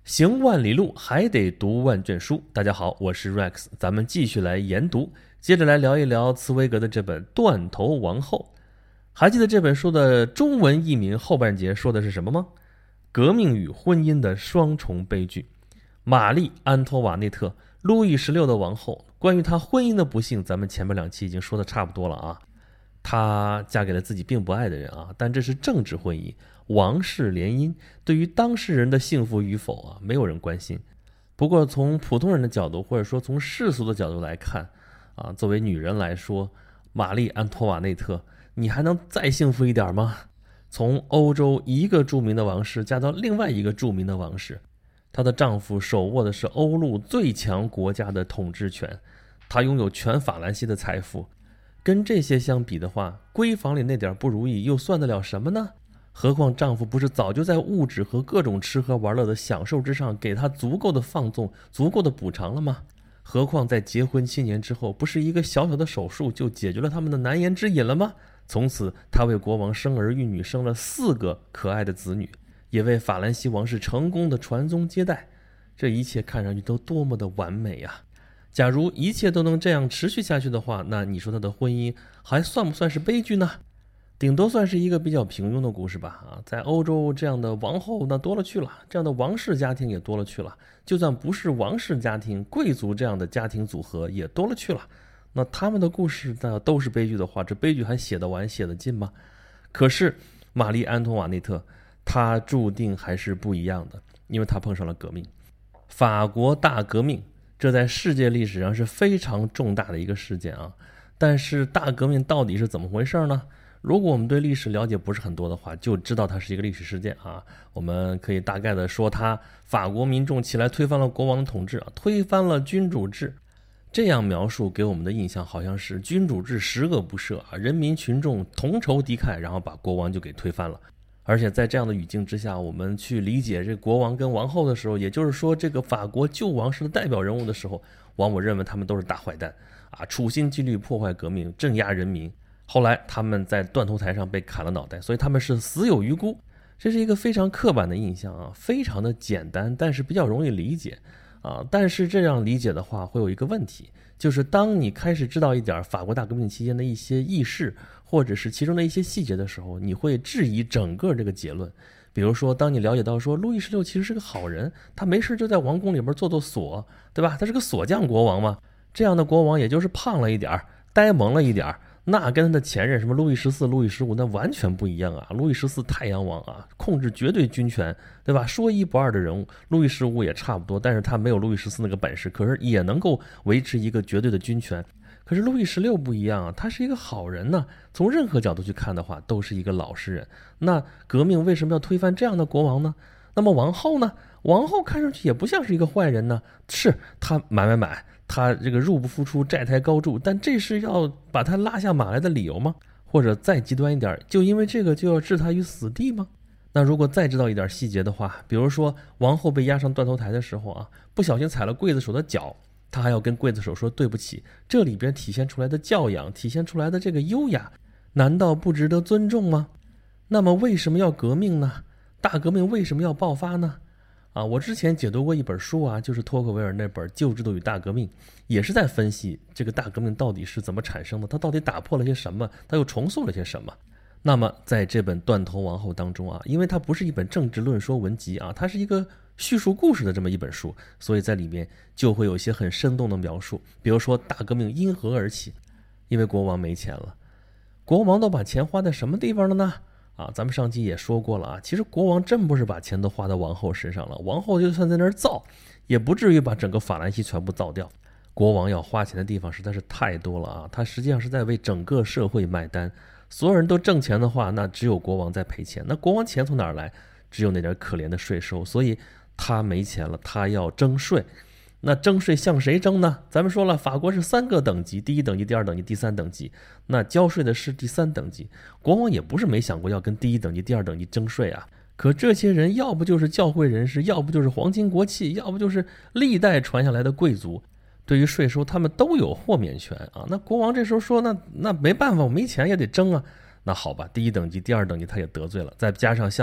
行万里路，还得读万卷书。大家好，我是 Rex， 咱们继续来研读，接着来聊一聊茨威格的这本《断头王后》。还记得这本书的中文译名后半节说的是什么吗？革命与婚姻的双重悲剧。玛丽·安托瓦内特，路易16的王后，关于她婚姻的不幸，咱们前面2期已经说的差不多了啊。她嫁给了自己并不爱的人啊，但这是政治婚姻，王室联姻，对于当事人的幸福与否啊，没有人关心。不过从普通人的角度，或者说从世俗的角度来看啊，作为女人来说，玛丽·安托瓦内特，你还能再幸福一点吗？从欧洲一个著名的王室嫁到另外一个著名的王室，她的丈夫手握的是欧陆最强国家的统治权，她拥有全法兰西的财富。跟这些相比的话，闺房里那点不如意又算得了什么呢？何况丈夫不是早就在物质和各种吃喝玩乐的享受之上给她足够的放纵，足够的补偿了吗？何况在结婚7年之后，不是一个小小的手术就解决了他们的难言之隐了吗？从此她为国王生儿育女，生了4个可爱的子女，也为法兰西王室成功的传宗接代。这一切看上去都多么的完美啊！假如一切都能这样持续下去的话，那你说她的婚姻还算不算是悲剧呢？顶多算是一个比较平庸的故事吧。在欧洲这样的王后那多了去了，这样的王室家庭也多了去了，就算不是王室家庭，贵族这样的家庭组合也多了去了。那他们的故事那都是悲剧的话，这悲剧还写得完写得尽吗？可是玛丽·安托瓦内特她注定还是不一样的，因为她碰上了革命，法国大革命。这在世界历史上是非常重大的一个事件啊！但是大革命到底是怎么回事呢？如果我们对历史了解不是很多的话，就知道它是一个历史事件啊。我们可以大概的说，法国民众起来推翻了国王统治，推翻了君主制。这样描述给我们的印象好像是君主制10恶不赦啊，人民群众同仇敌忾，然后把国王就给推翻了。而且在这样的语境之下，我们去理解这国王跟王后的时候，也就是说这个法国旧王室的代表人物的时候，往往认为他们都是大坏蛋啊，处心积虑破坏革命，镇压人民。后来他们在断头台上被砍了脑袋，所以他们是死有余辜。这是一个非常刻板的印象啊，非常的简单，但是比较容易理解啊。但是这样理解的话，会有一个问题，就是当你开始知道一点法国大革命期间的一些轶事，或者是其中的一些细节的时候，你会质疑整个这个结论。比如说当你了解到说路易16其实是个好人，他没事就在王宫里边做锁，对吧？他是个锁匠国王嘛，这样的国王也就是胖了一点，呆萌了一点，那跟他的前任什么路易14、路易15那完全不一样啊！路易14太阳王啊，控制绝对军权，对吧？说一不二的人物，路易15也差不多，但是他没有路易14那个本事，可是也能够维持一个绝对的军权。可是路易16不一样啊，他是一个好人呢，从任何角度去看的话，都是一个老实人。那革命为什么要推翻这样的国王呢？那么王后呢？王后看上去也不像是一个坏人呢，是她买，他这个入不敷出，债台高筑，但这是要把他拉下马来的理由吗？或者再极端一点，就因为这个就要置他于死地吗？那如果再知道一点细节的话，比如说王后被押上断头台的时候啊，不小心踩了刽子手的脚，他还要跟刽子手说对不起，这里边体现出来的教养，体现出来的这个优雅，难道不值得尊重吗？那么为什么要革命呢？大革命为什么要爆发呢？我之前解读过一本书啊，就是托克维尔那本《旧制度与大革命》，也是在分析这个大革命到底是怎么产生的，它到底打破了些什么，它又重塑了些什么。那么在这本《断头王后》当中啊，因为它不是一本政治论说文集啊，它是一个叙述故事的这么一本书，所以在里面就会有一些很生动的描述。比如说大革命因何而起？因为国王没钱了。国王都把钱花在什么地方了呢？咱们上期也说过了啊，其实国王真不是把钱都花在王后身上了，王后就算在那儿造，也不至于把整个法兰西全部造掉。国王要花钱的地方实在是太多了啊，他实际上是在为整个社会买单。所有人都挣钱的话，那只有国王在赔钱。那国王钱从哪儿来？只有那点可怜的税收，所以他没钱了，他要征税。那征税向谁征呢？咱们说了，法国是3个等级，第1等级、第2等级、第3等级。那交税的是第3等级，国王也不是没想过要跟第1等级、第2等级征税啊。可这些人要不就是教会人士，要不就是皇亲国戚，要不就是历代传下来的贵族，对于税收他们都有豁免权啊。那国王这时候说，那没办法，我没钱也得征啊。那好吧，第1等级、第2等级他也得罪了，再加上像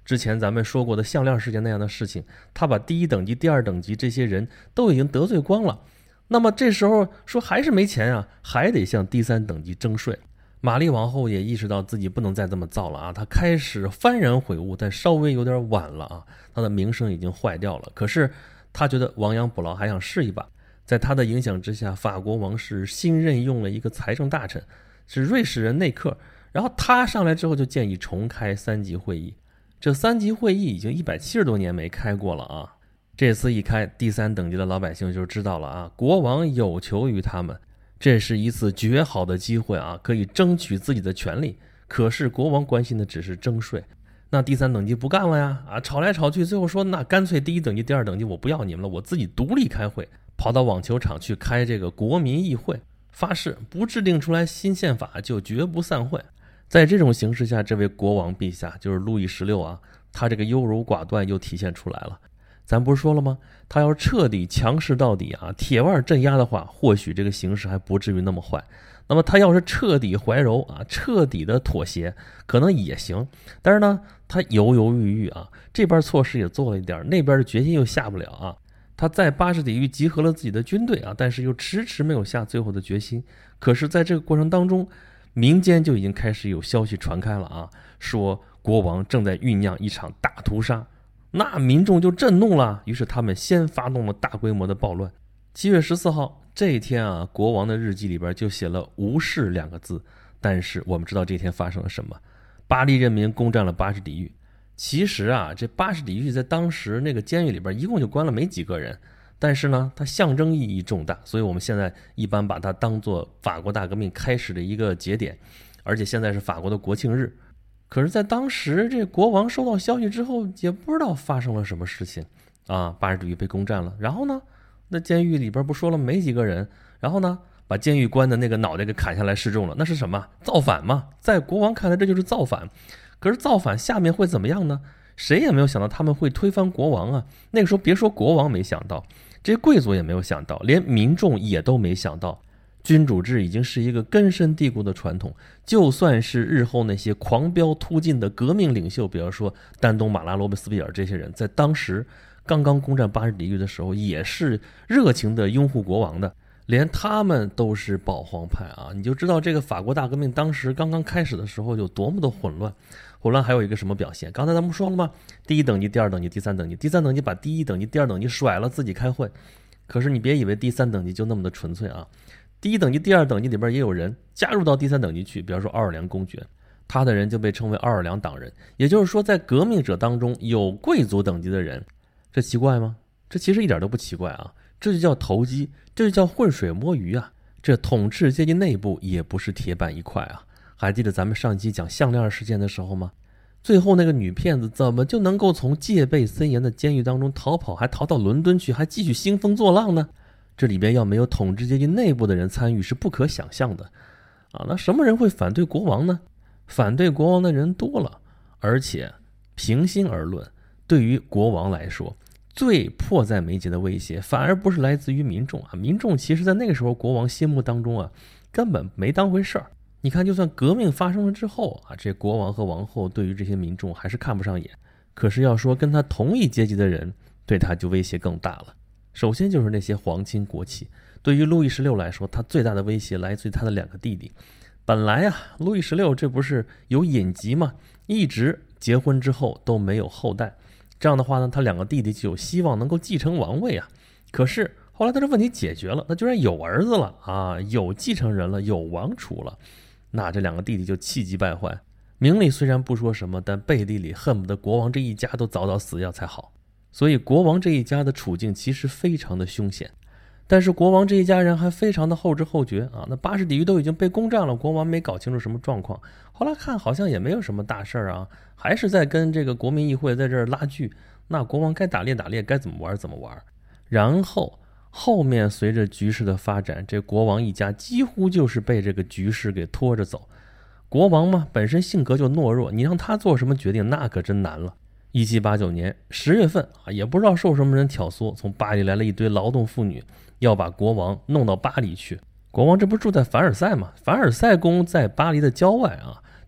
之前咱们说过的项链事件那样的事情，他把第一等级、第二等级这些人都已经得罪光了。那么这时候说还是没钱啊，还得向第三等级征税。玛丽王后也意识到自己不能再这么造了啊，她开始幡然悔悟，但稍微有点晚了啊，她的名声已经坏掉了。可是她觉得亡羊补牢，还想试一把。在她的影响之下，法国王室新任用了一个财政大臣，是瑞士人内克。然后他上来之后就建议重开三级会议。这三级会议已经170多年没开过了啊！这次一开，第三等级的老百姓就知道了啊，国王有求于他们，这是一次绝好的机会啊，可以争取自己的权利。可是国王关心的只是征税，那第三等级不干了呀！啊，吵来吵去，最后说那干脆第一等级、第二等级我不要你们了，我自己独立开会，跑到网球场去开这个国民议会，发誓不制定出来新宪法就绝不散会。在这种形势下，这位国王陛下就是路易16啊，他这个优柔寡断又体现出来了。咱不是说了吗？他要彻底强势到底啊，铁腕镇压的话，或许这个形势还不至于那么坏。那么他要是彻底怀柔啊，彻底的妥协，可能也行。但是呢，他犹犹豫豫啊，这边措施也做了一点，那边的决心又下不了啊。他在巴士底狱集合了自己的军队啊，但是又迟迟没有下最后的决心。可是在这个过程当中，民间就已经开始有消息传开了啊，说国王正在酝酿一场大屠杀，那民众就震怒了，于是他们先发动了大规模的暴乱。7月14号这一天啊，国王的日记里边就写了无视2个字，但是我们知道这天发生了什么，巴黎人民攻占了巴士底狱。其实啊，这巴士底狱在当时那个监狱里边一共就关了没几个人，但是呢，它象征意义重大，所以我们现在一般把它当作法国大革命开始的一个节点，而且现在是法国的国庆日。可是在当时这国王收到消息之后，也不知道发生了什么事情啊，巴士底狱被攻占了。然后呢，那监狱里边不说了没几个人，然后呢，把监狱官的那个脑袋给砍下来示众了，那是什么？造反嘛，在国王看来这就是造反。可是造反下面会怎么样呢？谁也没有想到他们会推翻国王啊。那个时候别说国王没想到，这些贵族也没有想到，连民众也都没想到。君主制已经是一个根深蒂固的传统，就算是日后那些狂飙突进的革命领袖，比方说丹东、马拉、罗贝斯庇尔这些人，在当时刚刚攻占巴士底狱的时候，也是热情的拥护国王的，连他们都是保皇派啊！你就知道这个法国大革命当时刚刚开始的时候有多么的混乱。混乱还有一个什么表现？刚才咱们说了吗？第一等级、第二等级、第三等级，第三等级把第一等级、第二等级甩了，自己开会。可是你别以为第三等级就那么的纯粹啊！第一等级、第二等级里边也有人加入到第三等级去，比方说奥尔良公爵，他的人就被称为奥尔良党人。也就是说，在革命者当中有贵族等级的人，这奇怪吗？这其实一点都不奇怪啊！这就叫投机，这就叫浑水摸鱼啊！这统治阶级内部也不是铁板一块啊！还记得咱们上期讲项链事件的时候吗？最后那个女骗子怎么就能够从戒备森严的监狱当中逃跑，还逃到伦敦去，还继续兴风作浪呢？这里边要没有统治阶级内部的人参与是不可想象的啊！那什么人会反对国王呢？反对国王的人多了，而且平心而论，对于国王来说，最迫在眉睫的威胁反而不是来自于民众啊！民众其实在那个时候国王心目当中啊，根本没当回事儿。你看，就算革命发生了之后啊，这国王和王后对于这些民众还是看不上眼。可是要说跟他同一阶级的人，对他就威胁更大了。首先就是那些皇亲国戚，对于路易16来说，他最大的威胁来自于他的2个弟弟。本来啊，路易16这不是有隐疾吗？一直结婚之后都没有后代，这样的话呢，他2个弟弟就有希望能够继承王位啊。可是后来他这问题解决了，他居然有儿子了啊，有继承人了，有王储了。那这2个弟弟就气急败坏，明里虽然不说什么，但背地里恨不得国王这一家都早早死掉才好。所以国王这一家的处境其实非常的凶险，但是国王这一家人还非常的后知后觉啊。那巴士底狱都已经被攻占了，国王没搞清楚什么状况，后来看好像也没有什么大事啊，还是在跟这个国民议会在这儿拉锯。那国王该打猎打猎，该怎么玩怎么玩。然后面随着局势的发展，这国王一家几乎就是被这个局势给拖着走。国王嘛，本身性格就懦弱，你让他做什么决定，那可真难了。1789年10月份啊，也不知道受什么人挑唆，从巴黎来了一堆劳动妇女，要把国王弄到巴黎去。国王这不住在凡尔赛吗？凡尔赛宫在巴黎的郊外啊，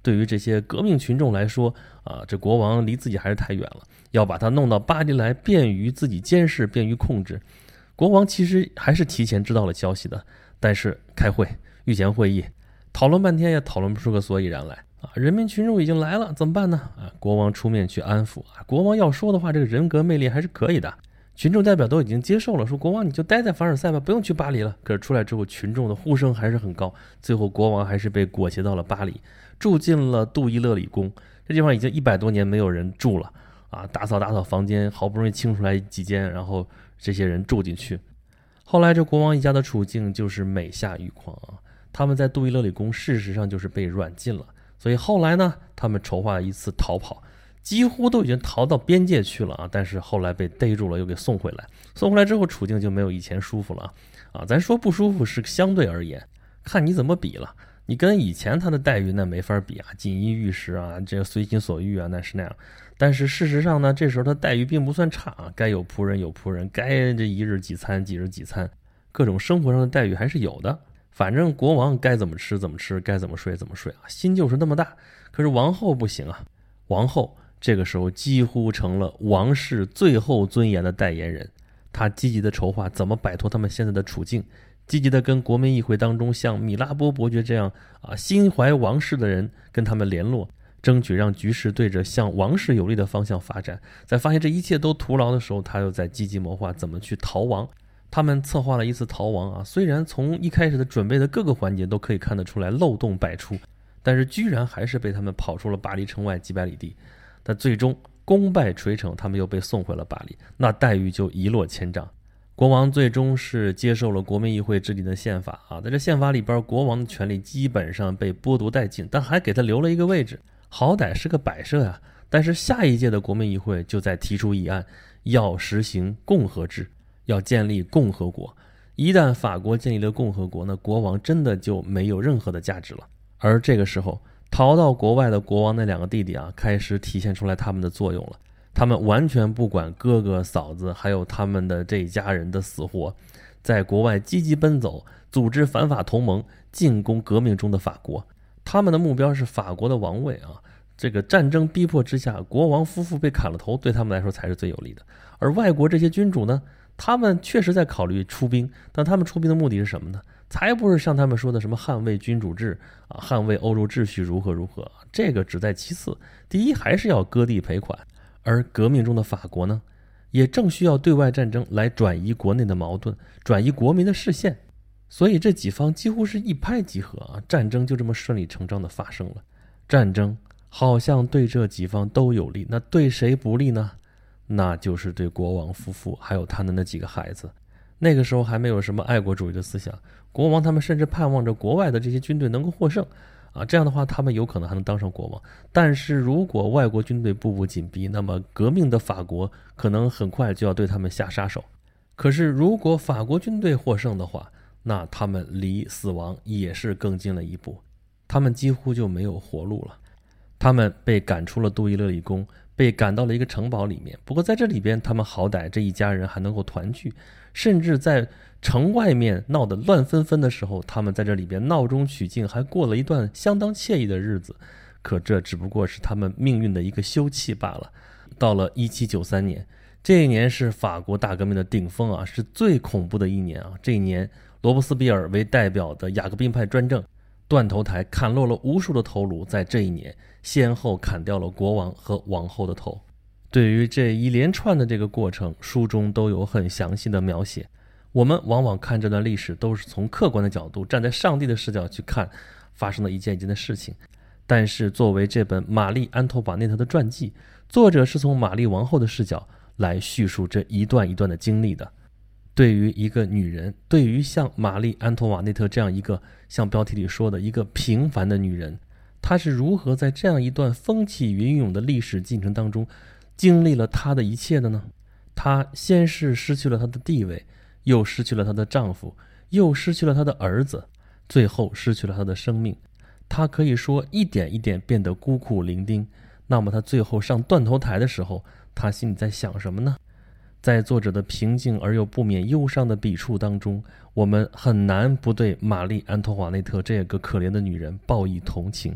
对于这些革命群众来说这国王离自己还是太远了，要把他弄到巴黎来，便于自己监视，便于控制。国王其实还是提前知道了消息的，但是开会御前会议讨论半天也讨论不出个所以然来人民群众已经来了，怎么办呢？国王出面去安抚国王要说的话，这个人格魅力还是可以的。群众代表都已经接受了，说国王你就待在凡尔赛吧，不用去巴黎了。可是出来之后，群众的呼声还是很高，最后国王还是被裹挟到了巴黎，住进了杜伊勒里宫。这地方已经100多年没有人住了打扫房间，好不容易清出来几间，然后这些人住进去。后来这国王一家的处境就是每下愈况他们在杜伊勒里宫事实上就是被软禁了，所以后来呢，他们筹划一次逃跑，几乎都已经逃到边界去了但是后来被逮住了，又给送回来。送回来之后，处境就没有以前舒服了咱说不舒服是相对而言，看你怎么比了。你跟以前他的待遇那没法比锦衣玉食这个随心所欲那是那样。但是事实上呢，这时候他待遇并不算差该有仆人有仆人，该这一日几餐几日几餐，各种生活上的待遇还是有的。反正国王该怎么吃怎么吃，该怎么睡怎么睡心就是那么大。可是王后不行王后这个时候几乎成了王室最后尊严的代言人，她积极的筹划怎么摆脱他们现在的处境，积极的跟国民议会当中像米拉波伯爵这样心怀王室的人跟他们联络，争取让局势对着向王室有利的方向发展。在发现这一切都徒劳的时候，他又在积极谋划怎么去逃亡。他们策划了一次逃亡虽然从一开始的准备的各个环节都可以看得出来漏洞百出，但是居然还是被他们跑出了巴黎城外几百里地。但最终功败垂成，他们又被送回了巴黎，那待遇就一落千丈。国王最终是接受了国民议会制定的宪法在这宪法里边，国王的权力基本上被剥夺殆尽，但还给他留了一个位置，好歹是个摆设呀。但是下一届的国民议会就在提出议案，要实行共和制，要建立共和国。一旦法国建立了共和国，那国王真的就没有任何的价值了。而这个时候逃到国外的国王那2个弟弟开始体现出来他们的作用了。他们完全不管哥哥嫂子还有他们的这一家人的死活，在国外积极奔走，组织反法同盟，进攻革命中的法国。他们的目标是法国的王位这个战争逼迫之下，国王夫妇被砍了头，对他们来说才是最有利的。而外国这些君主呢，他们确实在考虑出兵，但他们出兵的目的是什么呢？才不是像他们说的什么捍卫君主制捍卫欧洲秩序如何如何，这个只在其次。第一还是要割地赔款。而革命中的法国呢，也正需要对外战争来转移国内的矛盾，转移国民的视线。所以这几方几乎是一拍即合战争就这么顺理成章的发生了。战争好像对这几方都有利，那对谁不利呢？那就是对国王夫妇还有他的那几个孩子。那个时候还没有什么爱国主义的思想，国王他们甚至盼望着国外的这些军队能够获胜这样的话他们有可能还能当上国王。但是如果外国军队步步紧逼，那么革命的法国可能很快就要对他们下杀手。可是如果法国军队获胜的话，那他们离死亡也是更近了一步，他们几乎就没有活路了。他们被赶出了杜伊勒里宫，被赶到了一个城堡里面。不过在这里边他们好歹这一家人还能够团聚，甚至在城外面闹得乱纷纷的时候，他们在这里边闹中取静，还过了一段相当惬意的日子。可这只不过是他们命运的一个休憩罢了。到了1793年，这一年是法国大革命的顶峰是最恐怖的一年这一年罗伯斯庇尔为代表的雅各宾派专政断头台砍落了无数的头颅，在这一年先后砍掉了国王和王后的头。对于这一连串的这个过程，书中都有很详细的描写。我们往往看这段历史都是从客观的角度，站在上帝的视角去看发生的一件一件的事情。但是作为这本玛丽安托瓦内特的传记，作者是从玛丽王后的视角来叙述这一段一段的经历的。对于一个女人，对于像玛丽安托瓦内特这样一个像标题里说的一个平凡的女人，她是如何在这样一段风起云涌的历史进程当中经历了她的一切的呢？她先是失去了她的地位，又失去了她的丈夫，又失去了她的儿子，最后失去了她的生命。她可以说一点一点变得孤苦伶仃。那么她最后上断头台的时候，她心里在想什么呢？在作者的平静而又不免忧伤的笔触当中，我们很难不对玛丽安托瓦内特这个可怜的女人报以同情。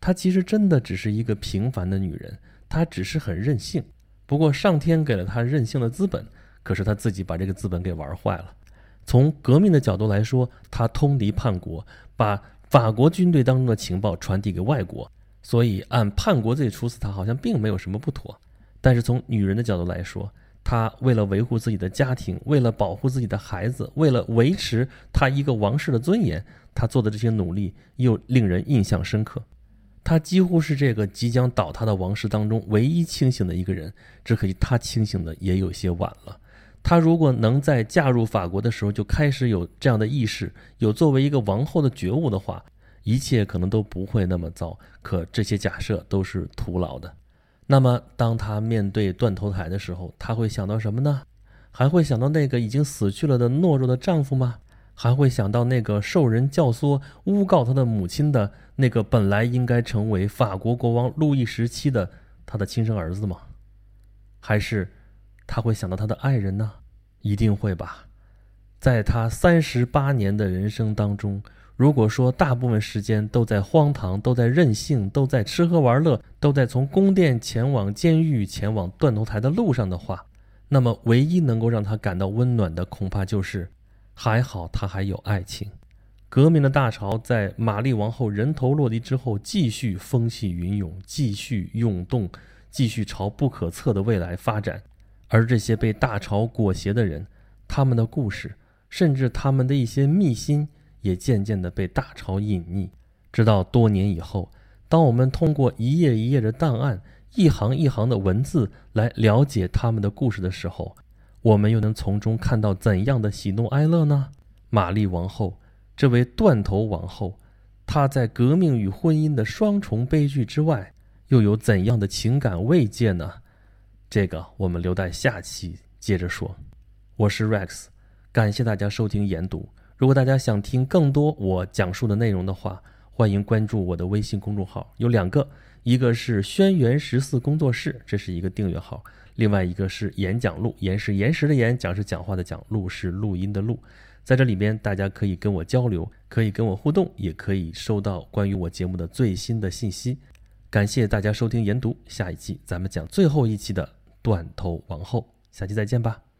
她其实真的只是一个平凡的女人，她只是很任性。不过上天给了她任性的资本，可是她自己把这个资本给玩坏了。从革命的角度来说，她通敌叛国，把法国军队当中的情报传递给外国，所以按叛国罪处死她好像并没有什么不妥。但是从女人的角度来说，她为了维护自己的家庭，为了保护自己的孩子，为了维持她一个王室的尊严，她做的这些努力又令人印象深刻。她几乎是这个即将倒塌的王室当中唯一清醒的一个人，只可惜她清醒的也有些晚了。她如果能在嫁入法国的时候就开始有这样的意识，有作为一个王后的觉悟的话，一切可能都不会那么糟，可这些假设都是徒劳的。那么当她面对断头台的时候，她会想到什么呢？还会想到那个已经死去了的懦弱的丈夫吗？还会想到那个受人教唆诬告她的母亲的那个本来应该成为法国国王路易17的他的亲生儿子吗？还是他会想到他的爱人呢？一定会吧。在他38年的人生当中，如果说大部分时间都在荒唐，都在任性，都在吃喝玩乐，都在从宫殿前往监狱，前往断头台的路上的话，那么唯一能够让他感到温暖的，恐怕就是还好他还有爱情。革命的大潮在玛丽王后人头落地之后继续风起云涌，继续涌动，继续朝不可测的未来发展。而这些被大潮裹挟的人，他们的故事，甚至他们的一些秘辛，也渐渐地被大潮隐匿。直到多年以后，当我们通过一页一页的档案，一行一行的文字来了解他们的故事的时候，我们又能从中看到怎样的喜怒哀乐呢？玛丽王后，这位断头王后，她在革命与婚姻的双重悲剧之外，又有怎样的情感慰藉呢？这个我们留待下期接着说。我是 Rex， 感谢大家收听研读。如果大家想听更多我讲述的内容的话，欢迎关注我的微信公众号，有2个，一个是轩辕14工作室，这是一个订阅号，另外一个是演讲录，言是岩石的言，讲是讲话的讲，录是录音的录。在这里边大家可以跟我交流，可以跟我互动，也可以收到关于我节目的最新的信息。感谢大家收听研读，下一期咱们讲最后一期的断头王后，下期再见吧。